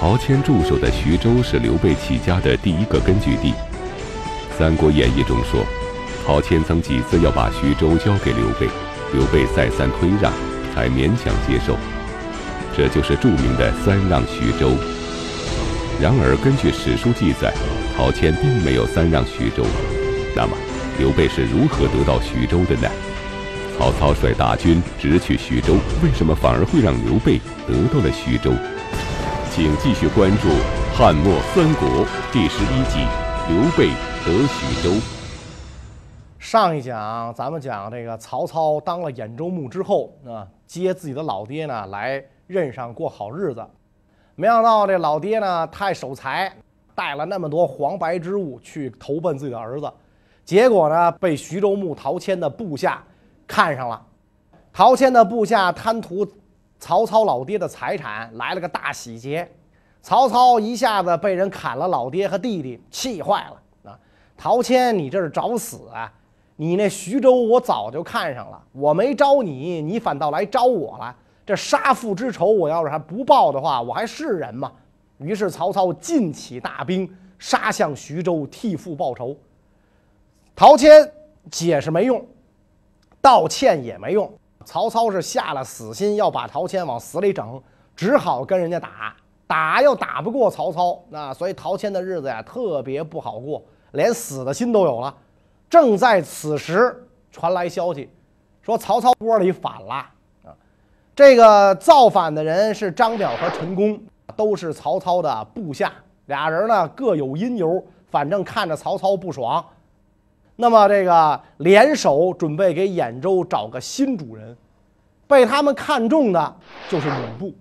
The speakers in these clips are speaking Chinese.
陶谦驻守的徐州是刘备起家的第一个根据地。《三国演义》中说，陶谦曾几次要把徐州交给刘备，刘备再三推让，才勉强接受。这就是著名的三让徐州。然而，根据史书记载，陶谦并没有三让徐州。那么，刘备是如何得到徐州的呢？曹操率大军直取徐州，为什么反而会让刘备得到了徐州？请继续关注《汉末三国》第11集《刘备得徐州》。 上一讲咱们讲这个曹操当了兖州牧之后接自己的老爹呢来任上过好日子。没想到这老爹呢太守财，带了那么多黄白之物去投奔自己的儿子，结果呢被徐州牧陶谦的部下看上了。陶谦的部下贪图曹操老爹的财产，来了个大洗劫。曹操一下子被人砍了老爹和弟弟，气坏了啊！陶谦，你这是找死啊！你那徐州我早就看上了，我没招你，你反倒来招我了。这杀父之仇，我要是还不报的话，我还是人吗？于是曹操尽起大兵，杀向徐州，替父报仇。陶谦解释没用，道歉也没用，曹操是下了死心要把陶谦往死里整，只好跟人家打又打不过曹操，所以陶谦的日子呀特别不好过，连死的心都有了。正在此时，传来消息，说曹操窝里反了。这个造反的人是张邈和陈宫，都是曹操的部下，俩人呢各有因由，反正看着曹操不爽。那么这个联手准备给兖州找个新主人，被他们看中的就是吕布。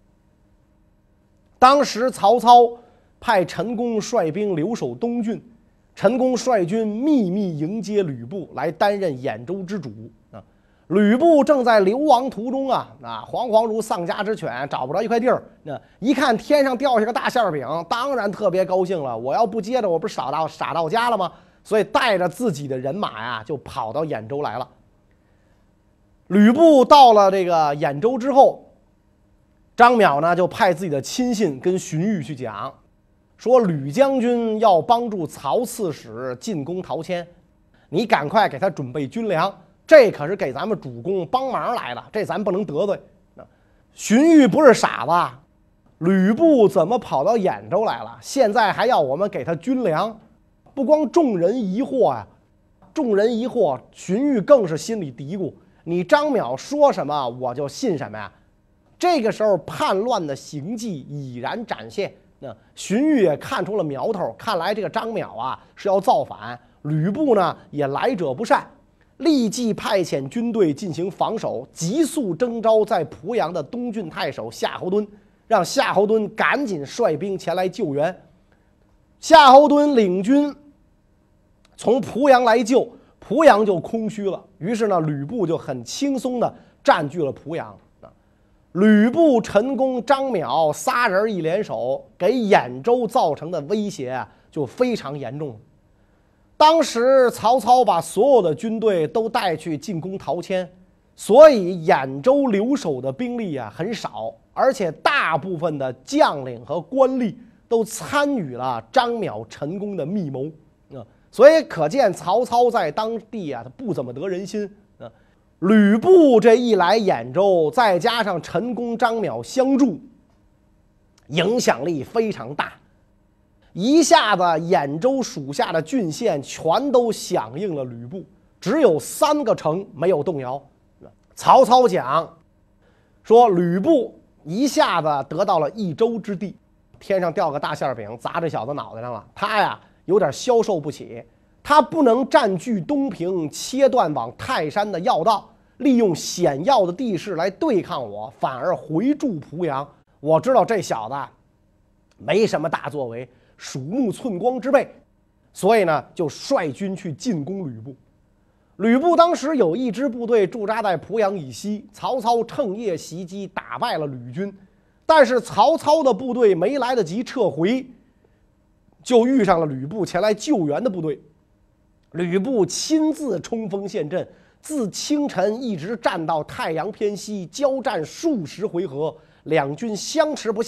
当时曹操派陈宫率兵留守东郡，陈宫率军秘密迎接吕布来担任兖州之主。吕布正在流亡途中惶惶如丧家之犬，找不着一块地儿。一看天上掉下个大馅饼，当然特别高兴了。我要不接着，我不是傻到家了吗？所以带着自己的人马呀，就跑到兖州来了。吕布到了这个兖州之后，张邈呢就派自己的亲信跟荀彧去讲，说吕将军要帮助曹刺史进攻陶谦，你赶快给他准备军粮。这可是给咱们主公帮忙来的，这咱不能得罪。荀彧不是傻子，吕布怎么跑到兖州来了？现在还要我们给他军粮？不光众人疑惑荀彧更是心里嘀咕：你张邈说什么我就信什么呀？这个时候叛乱的行迹已然展现。荀彧也看出了苗头，看来这个张邈是要造反。吕布呢也来者不善，立即派遣军队进行防守，急速征召在濮阳的东郡太守夏侯惇，让夏侯惇赶紧率兵前来救援。夏侯惇领军从濮阳来救，濮阳就空虚了，于是呢，吕布就很轻松地占据了濮阳。吕布、陈宫、张邈仨人一联手，给兖州造成的威胁就非常严重。当时曹操把所有的军队都带去进攻陶谦，所以兖州留守的兵力很少，而且大部分的将领和官吏都参与了张邈、陈宫的密谋。所以可见曹操在当地他不怎么得人心。吕布这一来兖州，再加上陈宫、张邈相助，影响力非常大。一下子兖州属下的郡县全都响应了吕布，只有3个城没有动摇。曹操讲说吕布一下子得到了一州之地，天上掉个大馅饼砸这小子脑袋上了，他有点消受不起。他不能占据东平，切断往泰山的要道，利用险要的地势来对抗我，反而回驻濮阳。我知道这小子没什么大作为，鼠目寸光之辈，所以呢就率军去进攻吕布。吕布当时有一支部队驻扎在濮阳以西，曹操趁夜袭击，打败了吕军。但是曹操的部队没来得及撤回，就遇上了吕布前来救援的部队。吕布亲自冲锋陷阵，自清晨一直战到太阳偏西，交战数十回合，两军相持不下，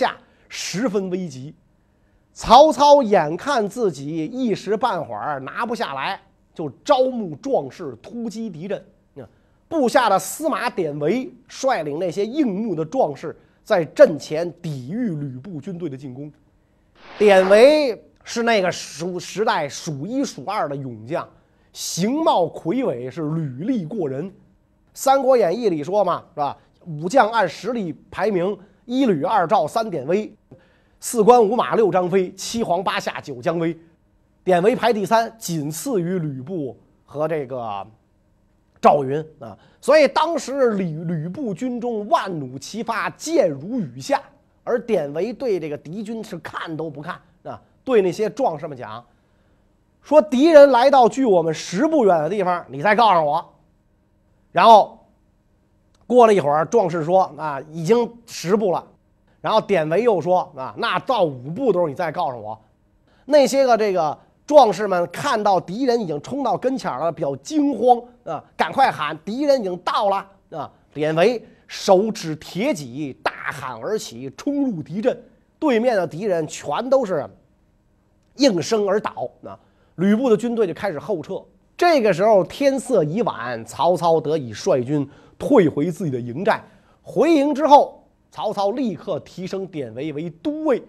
十分危急。曹操眼看自己一时半会儿拿不下来，就招募壮士突击敌人。部下的司马典韦率领那些应募的壮士，在阵前抵御吕布军队的进攻。典韦是那个时代数一数二的勇将，形貌魁伟，是履历过人。《三国演义》里说嘛，是吧？武将按实力排名：一吕二赵三典韦，四关五马六张飞，七黄八夏九姜维。典韦排第3，仅次于吕布和这个赵云啊。所以当时吕布军中万弩齐发，箭如雨下，而典韦对这个敌军是看都不看啊。对那些壮士们讲，说敌人来到距我们10步远的地方，你再告诉我。然后过了一会儿，壮士说啊，已经10步了。然后典韦又说啊，那到5步的时候你再告诉我。那些个这个壮士们看到敌人已经冲到跟前了，比较惊慌啊，赶快喊敌人已经到了啊！典韦手持铁戟，大喊而起，冲入敌阵。对面的敌人全都是应声而倒啊！吕布的军队就开始后撤。这个时候天色已晚，曹操得以率军退回自己的营寨。回营之后，曹操立刻提升典韦为都尉。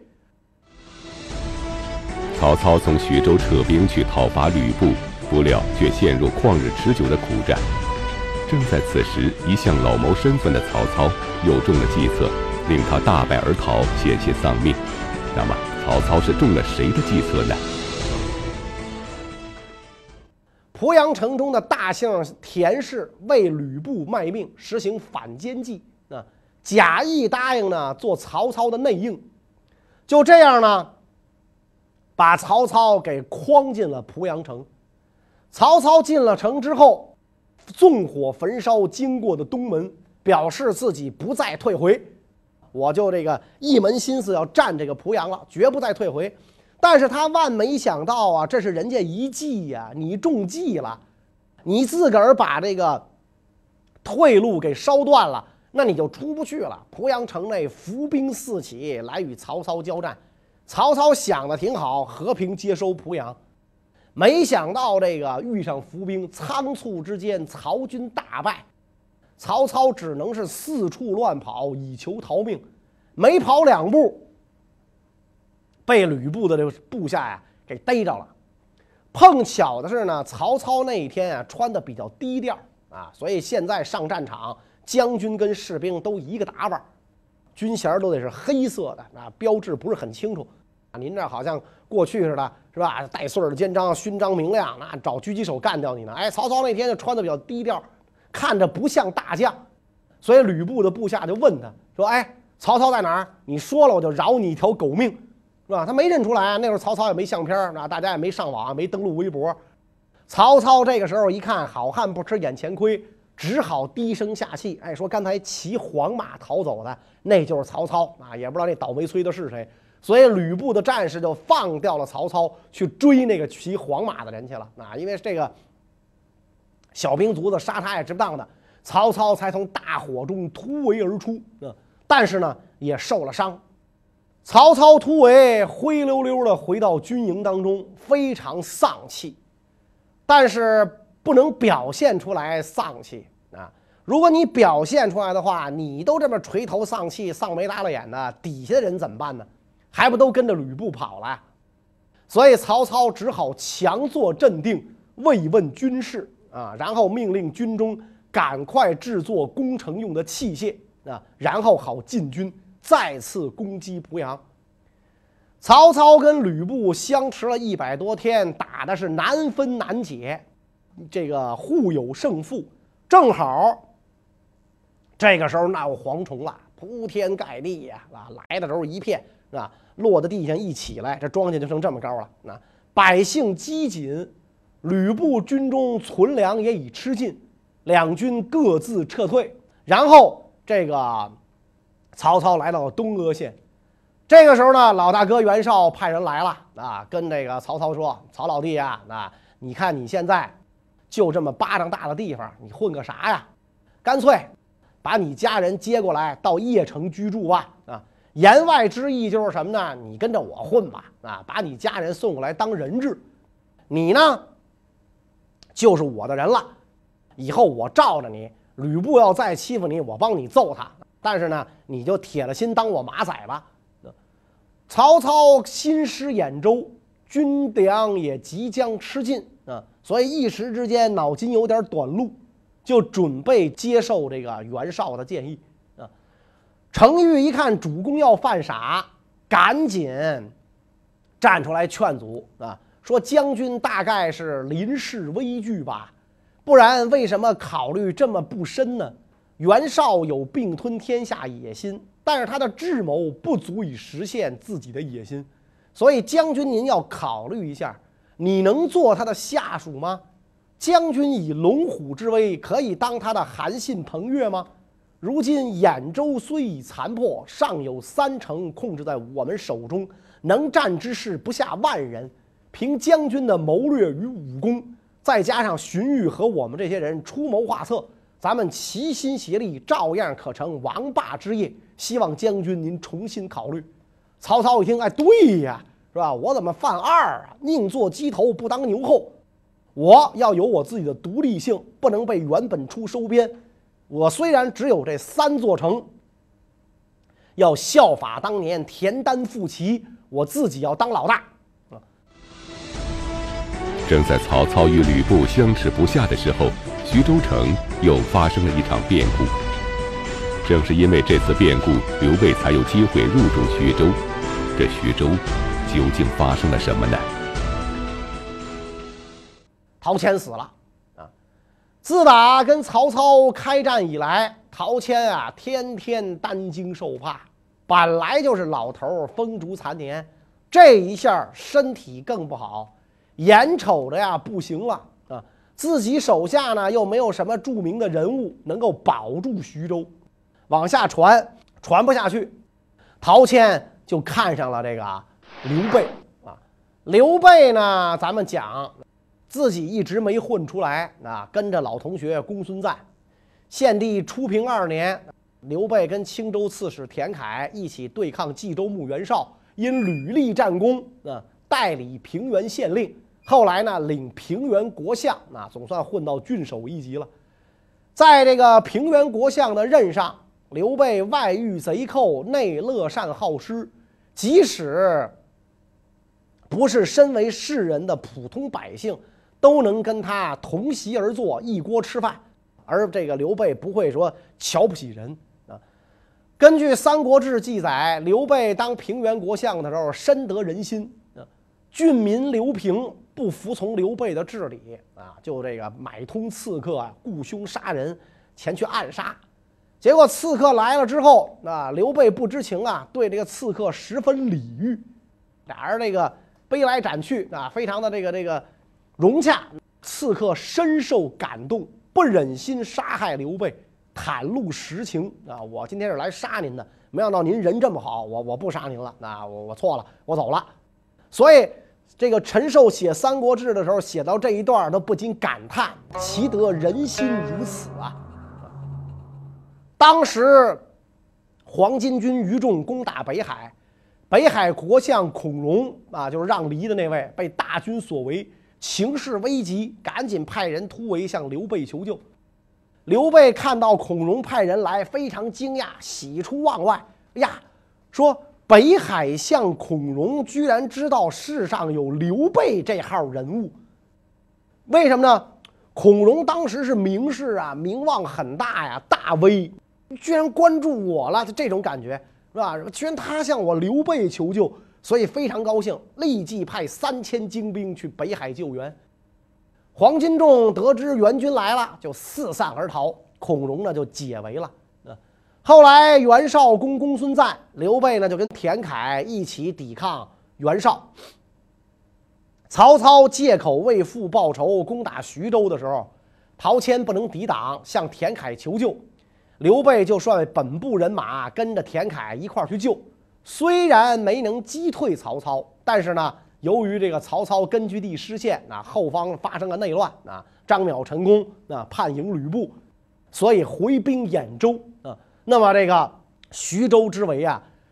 曹操从徐州撤兵去讨伐吕布，不料却陷入旷日持久的苦战。正在此时，一向老谋深算的曹操又中了计策，令他大败而逃，险些丧命。那么，曹操是中了谁的计策呢？ 濮阳城中的大姓田氏为吕布卖命，实行反间计啊，假意答应呢做曹操的内应。就这样呢，把曹操给诓进了濮阳城。曹操进了城之后，纵火焚烧经过的东门，表示自己不再退回，我就这个一门心思要占这个濮阳了，绝不再退回。但是他万没想到啊，这是人家一计呀，你中计了，你自个儿把这个退路给烧断了，那你就出不去了。濮阳城内伏兵四起，来与曹操交战。曹操想的挺好，和平接收濮阳，没想到这个遇上伏兵，仓促之间曹军大败，曹操只能是四处乱跑以求逃命。没跑2步，被吕布的这个部下呀给逮着了。碰巧的是呢，曹操那一天啊穿的比较低调啊，所以现在上战场，将军跟士兵都一个打扮，军衔都得是黑色的啊，标志不是很清楚。您这好像过去似的，是吧？带穗儿的肩章，勋章明亮，那找狙击手干掉你呢。哎，曹操那天就穿的比较低调，看着不像大将，所以吕布的部下就问他说：“哎，曹操在哪儿？你说了，我就饶你一条狗命，是吧？”他没认出来啊。那会儿曹操也没相片啊，大家也没上网，没登录微博。曹操这个时候一看，好汉不吃眼前亏，只好低声下气，哎，说刚才骑黄马逃走的，那就是曹操啊，也不知道那倒霉催的是谁。所以吕布的战士就放掉了曹操，去追那个骑黄马的人去了啊！因为这个小兵卒子杀他也值不当的，曹操才从大火中突围而出啊！但是呢，也受了伤。曹操突围，灰溜溜的回到军营当中，非常丧气，但是不能表现出来丧气啊！如果你表现出来的话，你都这么垂头丧气、丧眉耷拉眼的，底下的人怎么办呢？还不都跟着吕布跑了？所以曹操只好强作镇定，慰问军士啊，然后命令军中赶快制作攻城用的器械啊，然后好进军，再次攻击濮阳。曹操跟吕布相持了100多天，打的是难分难解，这个互有胜负。正好这个时候闹蝗虫了，铺天盖地呀，来的时候一片。啊，落在地上一起来，这庄稼就剩这么高了。啊，百姓饥馑，吕布军中存粮也已吃尽，两军各自撤退。然后这个曹操来到了东阿县，这个时候呢，老大哥袁绍派人来了啊，跟这个曹操说：“曹老弟啊，你看你现在就这么巴掌大的地方，你混个啥呀？干脆把你家人接过来到邺城居住吧。啊。” 言外之意就是什么呢？你跟着我混吧，啊，把你家人送过来当人质，你呢就是我的人了，以后我罩着你，吕布要再欺负你，我帮你揍他，但是呢，你就铁了心当我马仔吧。曹操新失兖州，军粮也即将吃尽啊，所以一时之间脑筋有点短路，就准备接受这个袁绍的建议啊。程昱一看主公要犯傻，赶紧站出来劝阻啊，说将军大概是临事危惧吧，不然为什么考虑这么不深呢？袁绍有并吞天下野心，但是他的智谋不足以实现自己的野心，所以将军您要考虑一下，你能做他的下属吗？将军以龙虎之威，可以当他的韩信、彭越吗？如今兖州虽已残破，尚有3城控制在我们手中，能战之士不下万人。凭将军的谋略与武功，再加上荀彧和我们这些人出谋划策，咱们齐心协力，照样可成王霸之业。希望将军您重新考虑。曹操一听，哎，对呀，是吧？我怎么犯二啊？宁做鸡头不当牛后。我要有我自己的独立性，不能被袁本初收编。我虽然只有这3座城，要效法当年田单父齐，我自己要当老大。 正在曹操与吕布相持不下的时候，徐州城又发生了一场变故。正是因为这次变故，刘备才有机会入主徐州。这徐州究竟发生了什么呢？ 陶谦死了啊！自打跟曹操开战以来，陶谦啊天天担惊受怕，本来就是老头风烛残年，这一下身体更不好，眼瞅着呀不行了啊！自己手下呢又没有什么著名的人物能够保住徐州，往下传不下去，陶谦就看上了这个刘备啊。刘备呢，咱们讲自己一直没混出来啊，跟着老同学公孙瓒。献帝初平2年，刘备跟青州刺史田楷一起对抗冀州牧袁绍，因屡立战功啊，代理平原县令。后来呢，领平原国相啊，总算混到郡守一级了。在这个平原国相的任上，刘备外御贼寇，内乐善好施，即使不是身为士人的普通百姓，都能跟他同席而坐，一锅吃饭。而这个刘备不会说瞧不起人啊。根据《三国志》记载，刘备当平原国相的时候，深得人心啊。郡民刘平不服从刘备的治理啊，就这个买通刺客啊，雇凶杀人，前去暗杀。结果刺客来了之后啊，刘备不知情啊，对这个刺客十分礼遇，俩人这个背来斩去啊，非常的这个融洽。刺客深受感动，不忍心杀害刘备，袒露实情啊，我今天是来杀您的，没想到您人这么好，我不杀您了，那我错了，我走了。所以这个陈寿写《三国志》的时候，写到这一段都不禁感叹，其得人心如此啊。当时黄巾军余众攻打北海，北海国相孔融啊，就是让梨的那位，被大军所围，情势危急，赶紧派人突围向刘备求救。刘备看到孔融派人来，非常惊讶，喜出望外。哎呀，说北海相孔融居然知道世上有刘备这号人物，为什么呢？孔融当时是名士啊，名望很大呀，大威，居然关注我了，这种感觉是吧？居然他向我刘备求救，所以非常高兴，立即派3000精兵去北海救援。黄巾众得知援军来了，就四散而逃，孔融呢就解围了。后来袁绍攻公孙瓒，刘备呢就跟田楷一起抵抗袁绍。曹操借口为父报仇，攻打徐州的时候，陶谦不能抵挡，向田楷求救。刘备就率本部人马跟着田楷一块去救，虽然没能击退曹操，但是呢，由于这个曹操根据地失陷，后方发生了内乱，张邈陈宫叛迎吕布，所以回兵兖州啊。那么这个徐州之围啊，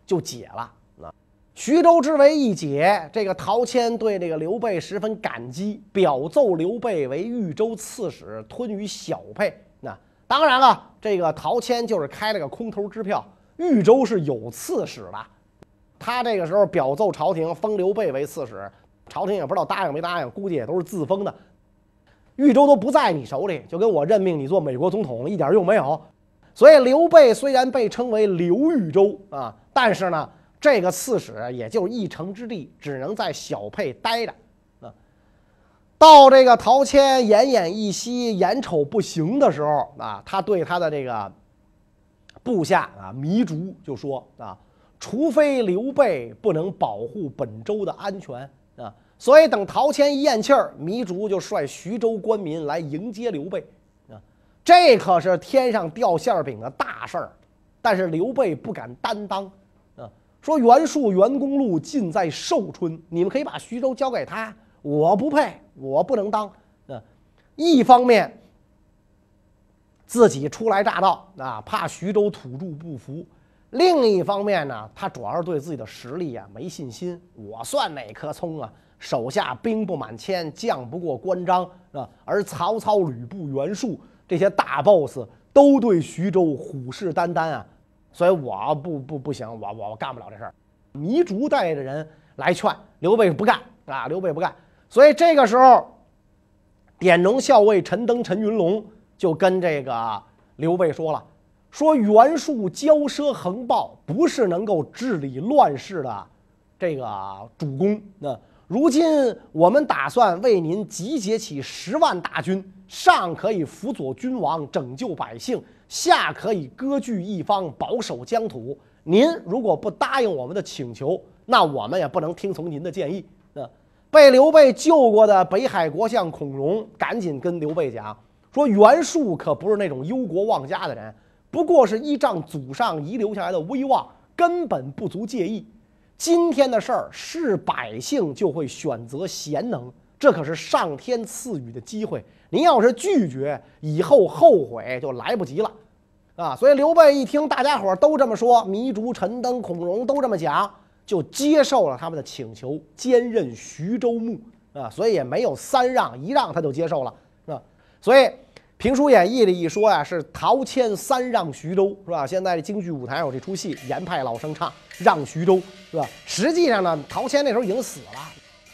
就解了。徐州之围一解，这个陶谦对这个刘备十分感激，表奏刘备为豫州刺史，吞于小沛。那当然了，这个陶谦就是开了个空头支票，豫州是有刺史的。他这个时候表奏朝廷，封刘备为刺史，朝廷也不知道答应没答应，估计也都是自封的。豫州都不在你手里，就跟我任命你做美国总统一点用没有。所以刘备虽然被称为刘豫州啊，但是呢，这个刺史也就一城之地，只能在小沛待着啊。到这个陶谦奄奄一息、眼瞅不行的时候啊，他对他的这个部下啊糜竺就说啊，除非刘备不能保护本州的安全啊，所以等陶谦一咽气儿，糜竺就率徐州官民来迎接刘备啊，这可是天上掉馅饼的大事儿。但是刘备不敢担当啊，说袁术、袁公路尽在寿春，你们可以把徐州交给他，我不配，我不能当啊。一方面自己初来乍到啊，怕徐州土著不服；另一方面呢，他主要是对自己的实力啊没信心。我算哪棵葱啊？手下兵不满千，将不过关张啊。而曹操、吕布、袁术这些大 boss 都对徐州虎视眈眈啊，所以我不行，我干不了这事儿。糜竺带着人来劝刘备不干啊，刘备不干。所以这个时候，典农校尉陈登、陈云龙就跟这个刘备说了，说袁术骄奢横暴，不是能够治理乱世的这个主公。那如今我们打算为您集结起10万大军，上可以辅佐君王拯救百姓，下可以割据一方保守疆土。您如果不答应我们的请求，那我们也不能听从您的建议。被刘备救过的北海国相孔融赶紧跟刘备讲说，袁术可不是那种忧国忘家的人，不过是依仗祖上遗留下来的威望，根本不足介意。今天的事儿是百姓就会选择贤能，这可是上天赐予的机会。您要是拒绝，以后后悔就来不及了啊！所以刘备一听大家伙都这么说，糜竺、陈登、孔融都这么讲，就接受了他们的请求，兼任徐州牧啊。所以也没有3让，1让他就接受了啊。所以评书演义里一说呀，是陶谦3让徐州，是吧？现在京剧舞台有这出戏，严派老生唱让徐州，是吧？实际上呢，陶谦那时候已经死了。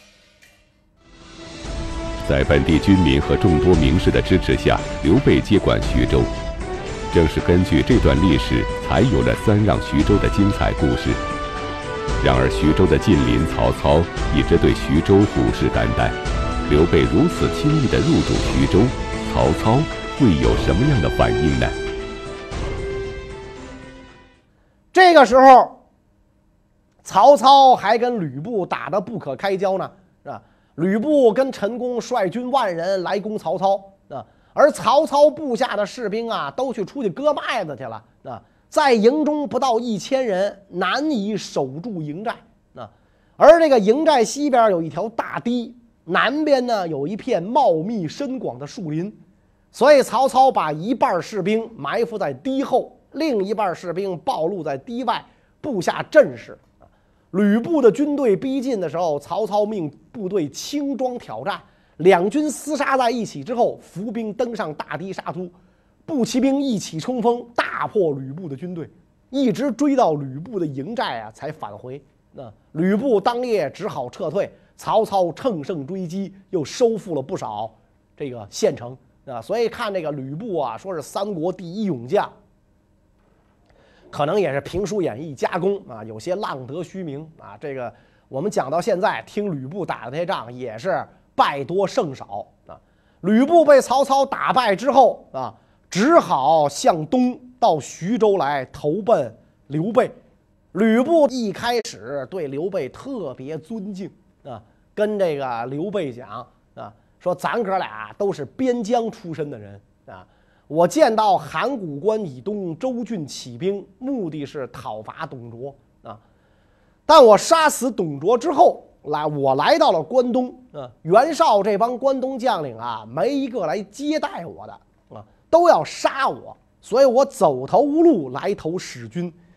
在本地军民和众多名士的支持下，刘备接管徐州。正是根据这段历史，才有了3让徐州的精彩故事。然而，徐州的近邻曹操一直对徐州虎视眈眈。刘备如此轻易地入主徐州，曹操会有什么样的反应呢？ 这个时候，曹操还跟吕布打得不可开交呢，是吧？吕布跟陈宫率军10000人来攻曹操啊，而曹操部下的士兵啊，都出去割麦子去了啊，在营中不到1000人，难以守住营寨啊。而这个营寨西边有一条大堤，南边呢有一片茂密深广的树林，所以曹操把一半士兵埋伏在堤后，另一半士兵暴露在堤外，布下阵势。吕布的军队逼近的时候，曹操命部队轻装挑战，两军厮杀在一起之后，伏兵登上大堤杀出，步骑兵一起冲锋，大破吕布的军队，一直追到吕布的营寨啊，才返回。吕布当夜只好撤退，曹操乘胜追击，又收复了不少这个县城啊。所以看这个吕布啊，说是三国第一勇将，可能也是评书演义加工啊，有些浪得虚名啊。这个我们讲到现在，听吕布打的这些仗也是败多胜少啊。吕布被曹操打败之后啊，只好向东到徐州来投奔刘备。吕布一开始对刘备特别尊敬啊，跟这个刘备讲啊，说咱哥俩都是边疆出身的人啊。我见到函谷关以东周郡起兵，目的是讨伐董卓啊。但我杀死董卓之后，我来到了关东啊。袁绍这帮关东将领啊，没一个来接待我的啊，都要杀我，所以我走投无路来投使君。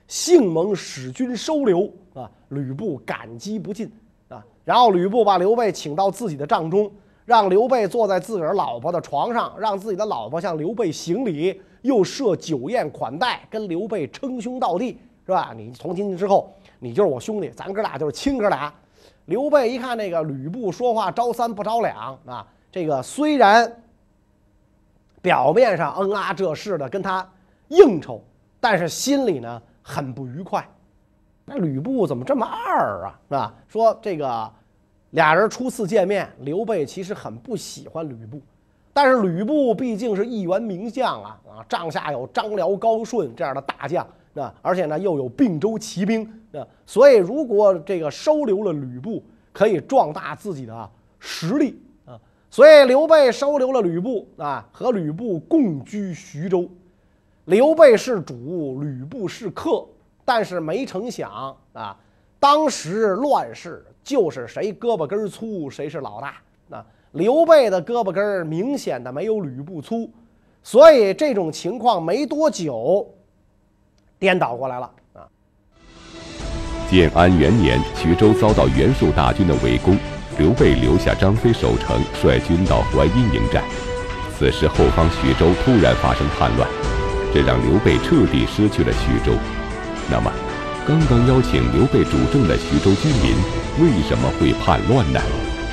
幸蒙使君收留啊，吕布感激不尽啊。然后吕布把刘备请到自己的帐中，让刘备坐在自个儿老婆的床上，让自己的老婆向刘备行礼，又设酒宴款待，跟刘备称兄道弟，是吧？你从今之后你就是我兄弟，咱哥俩就是亲哥俩。刘备一看那个吕布说话招三不着两啊，这个虽然表面上这事的跟他应酬，但是心里呢很不愉快。那吕布怎么这么二啊？是吧？说这个俩人初次见面，刘备其实很不喜欢吕布，但是吕布毕竟是一员名将啊，帐下有张辽、高顺这样的大将，而且呢又有并州骑兵，所以如果这个收留了吕布，可以壮大自己的实力啊。所以刘备收留了吕布啊，和吕布共居徐州。刘备是主，吕布是客，但是没成想啊，当时乱世就是谁胳膊根粗谁是老大啊。刘备的胳膊根明显的没有吕布粗，所以这种情况没多久颠倒过来了啊。 建安元年，徐州遭到袁术大军的围攻，刘备留下张飞守城，率军到淮阴迎战。此时后方徐州突然发生叛乱，这让刘备彻底失去了徐州。那么，刚刚邀请刘备主政的徐州军民为什么会叛乱呢？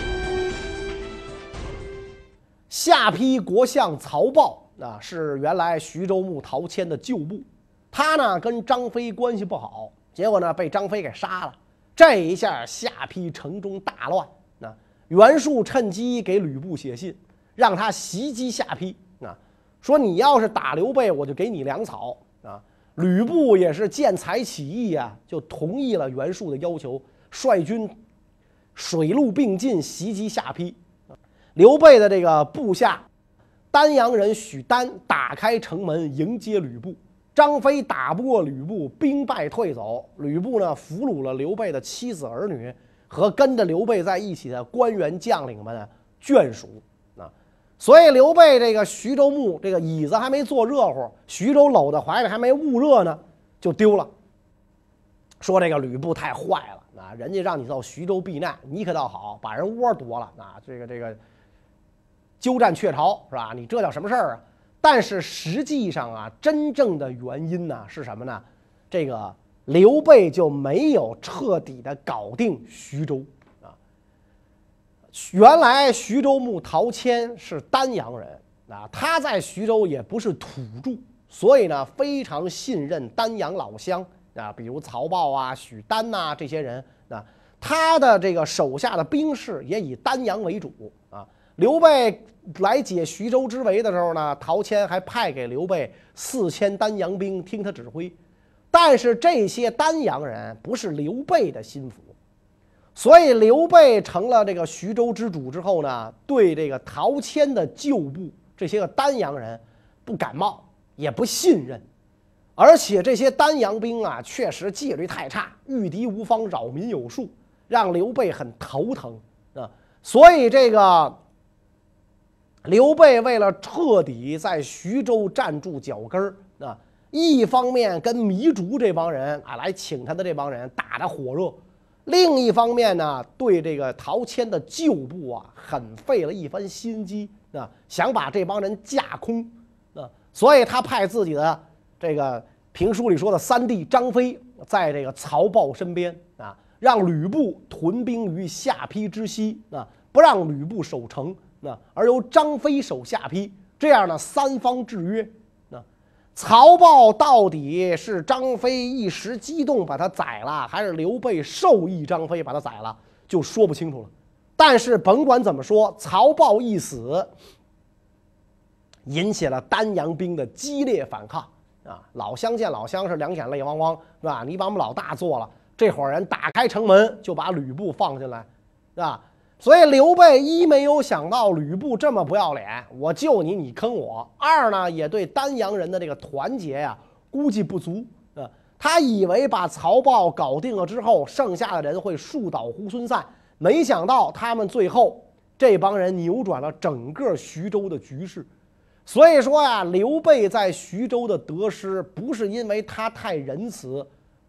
下邳国相曹豹是原来徐州牧陶谦的旧部，他呢跟张飞关系不好，结果呢被张飞给杀了。这一下下邳城中大乱，袁术趁机给吕布写信，让他袭击下邳说你要是打刘备，我就给你粮草啊。吕布也是见财起意啊，就同意了袁术的要求，率军水陆并进袭击下邳。刘备的这个部下丹阳人许丹打开城门迎接吕布，张飞打不过吕布，兵败退走。吕布呢俘虏了刘备的妻子儿女和跟着刘备在一起的官员将领们的眷属啊。所以刘备这个徐州牧这个椅子还没坐热乎，徐州搂在怀里还没捂热呢，就丢了。说这个吕布太坏了啊，人家让你到徐州避难，你可倒好，把人窝夺了啊，这个鸠占鹊巢是吧？你这叫什么事儿啊？但是实际上啊，真正的原因呢是什么呢？这个刘备就没有彻底的搞定徐州啊。原来徐州牧陶谦是丹阳人啊，他在徐州也不是土著，所以呢非常信任丹阳老乡啊，比如曹豹啊、许丹呐这些人啊，他的这个手下的兵士也以丹阳为主啊。刘备来解徐州之围的时候呢，陶谦还派给刘备4000丹阳兵听他指挥，但是这些丹阳人不是刘备的心腹，所以刘备成了这个徐州之主之后呢，对这个陶谦的旧部这些个丹阳人不感冒，也不信任，而且这些丹阳兵啊，确实纪律太差，御敌无方，扰民有术，让刘备很头疼啊。所以这个刘备为了彻底在徐州站住脚跟啊，一方面跟糜竺这帮人啊来请他的这帮人打得火热，另一方面呢，对这个陶谦的旧部啊，很费了一番心机啊，想把这帮人架空啊，所以他派自己的这个评书里说的三弟张飞在这个曹豹身边啊，让吕布屯兵于下邳之西啊，不让吕布守城。而由张飞守下邳，这样呢三方制约。曹豹到底是张飞一时激动把他宰了，还是刘备授意张飞把他宰了，就说不清楚了。但是甭管怎么说，曹豹一死，引起了丹阳兵的激烈反抗啊！老乡见老乡是两眼泪汪汪，是吧？你把我们老大做了，这伙人打开城门就把吕布放进来，是吧？所以刘备一没有想到吕布这么不要脸，我救你，你坑我；二呢，也对丹阳人的这个团结呀估计不足啊。他以为把曹豹搞定了之后，剩下的人会树倒猢狲散，没想到他们最后这帮人扭转了整个徐州的局势。所以说呀，刘备在徐州的得失不是因为他太仁慈，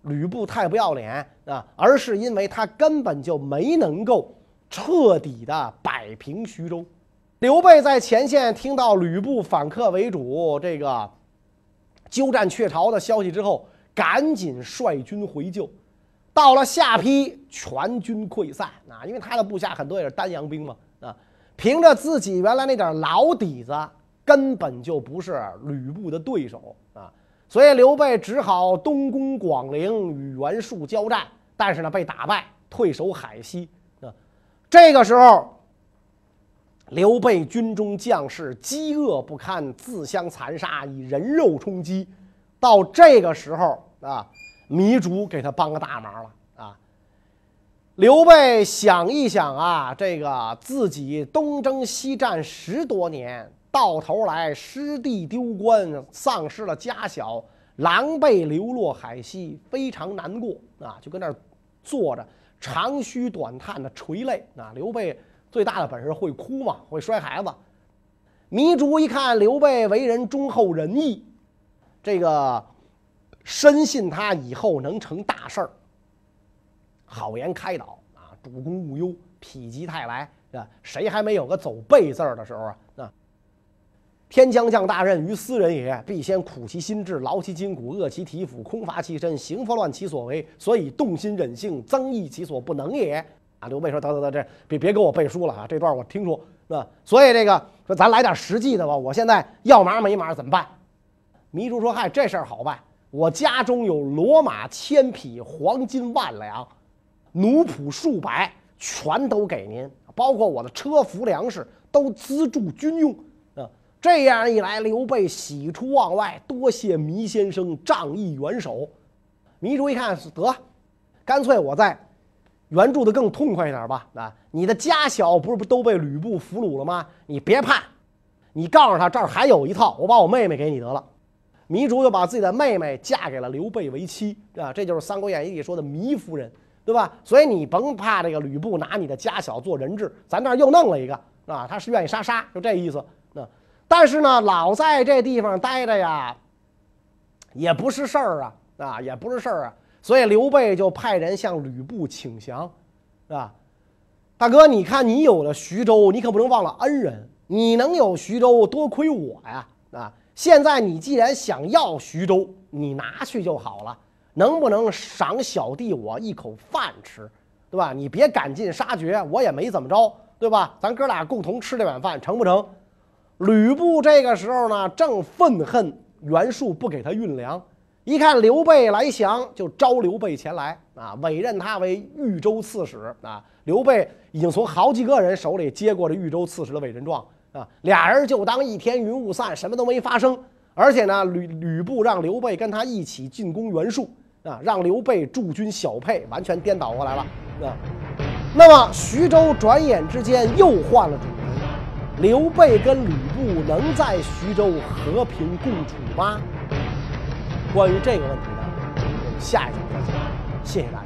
吕布太不要脸啊，而是因为他根本就没能够彻底的摆平徐州。刘备在前线听到吕布反客为主，这个鸠占鹊巢的消息之后，赶紧率军回救。到了下邳，全军溃散啊！因为他的部下很多也是丹阳兵嘛啊，凭着自己原来那点老底子，根本就不是吕布的对手啊。所以刘备只好东攻广陵，与袁术交战，但是呢被打败，退守海西啊。这个时候，刘备军中将士饥饿不堪，自相残杀，以人肉充饥。到这个时候啊，糜竺给他帮个大忙了啊！刘备想一想啊，这个自己东征西战10多年，到头来失地丢官，丧失了家小，狼狈流落海西，非常难过啊！就跟那儿坐着，长吁短叹的垂泪啊！刘备最大的本事会哭嘛，会摔孩子。糜竺一看刘备为人忠厚仁义，这个深信他以后能成大事儿，好言开导啊，主公勿忧，否极泰来啊！谁还没有个走背字的时候啊？天将降大任于斯人也，必先苦其心志，劳其筋骨，饿其体肤，空乏其身，行拂乱其所为，所以动心忍性，增益其所不能也。啊，刘备说：“得，这别给我背书了啊，这段我听说啊。所以这个说咱来点实际的吧，我现在要马没马怎么办？”糜竺说：“嗨，这事儿好办，我家中有骡马1000匹，黄金10000两，奴仆数百，全都给您，包括我的车服粮食都资助军用啊。”这样一来，刘备喜出望外，多谢糜先生仗义援手。糜竺一看，得，干脆我再援助的更痛快一点吧啊！你的家小不是都被吕布俘虏了吗？你别怕，你告诉他这儿还有一套，我把我妹妹给你得了。糜竺就把自己的妹妹嫁给了刘备为妻啊，这就是《三国演义》里说的糜夫人，对吧？所以你甭怕这个吕布拿你的家小做人质，咱这儿又弄了一个啊，他是愿意杀，就这意思啊。但是呢，老在这地方待着呀，也不是事儿啊，也不是事儿啊。所以刘备就派人向吕布请降，啊，大哥，你看你有了徐州，你可不能忘了恩人。你能有徐州，多亏我呀！啊，现在你既然想要徐州，你拿去就好了，能不能赏小弟我一口饭吃，对吧？你别赶尽杀绝，我也没怎么着，对吧？咱哥俩共同吃这碗饭，成不成？吕布这个时候呢，正愤恨袁术不给他运粮。一看刘备来降，就招刘备前来啊，委任他为豫州刺史啊。刘备已经从好几个人手里接过这豫州刺史的委任状啊，俩人就当一天云雾散，什么都没发生。而且呢，吕布让刘备跟他一起进攻袁术啊，让刘备驻军小沛，完全颠倒过来了啊。那么徐州转眼之间又换了主人，刘备跟吕布能在徐州和平共处吗？关于这个问题呢，我们下一讲再讲。谢谢大家。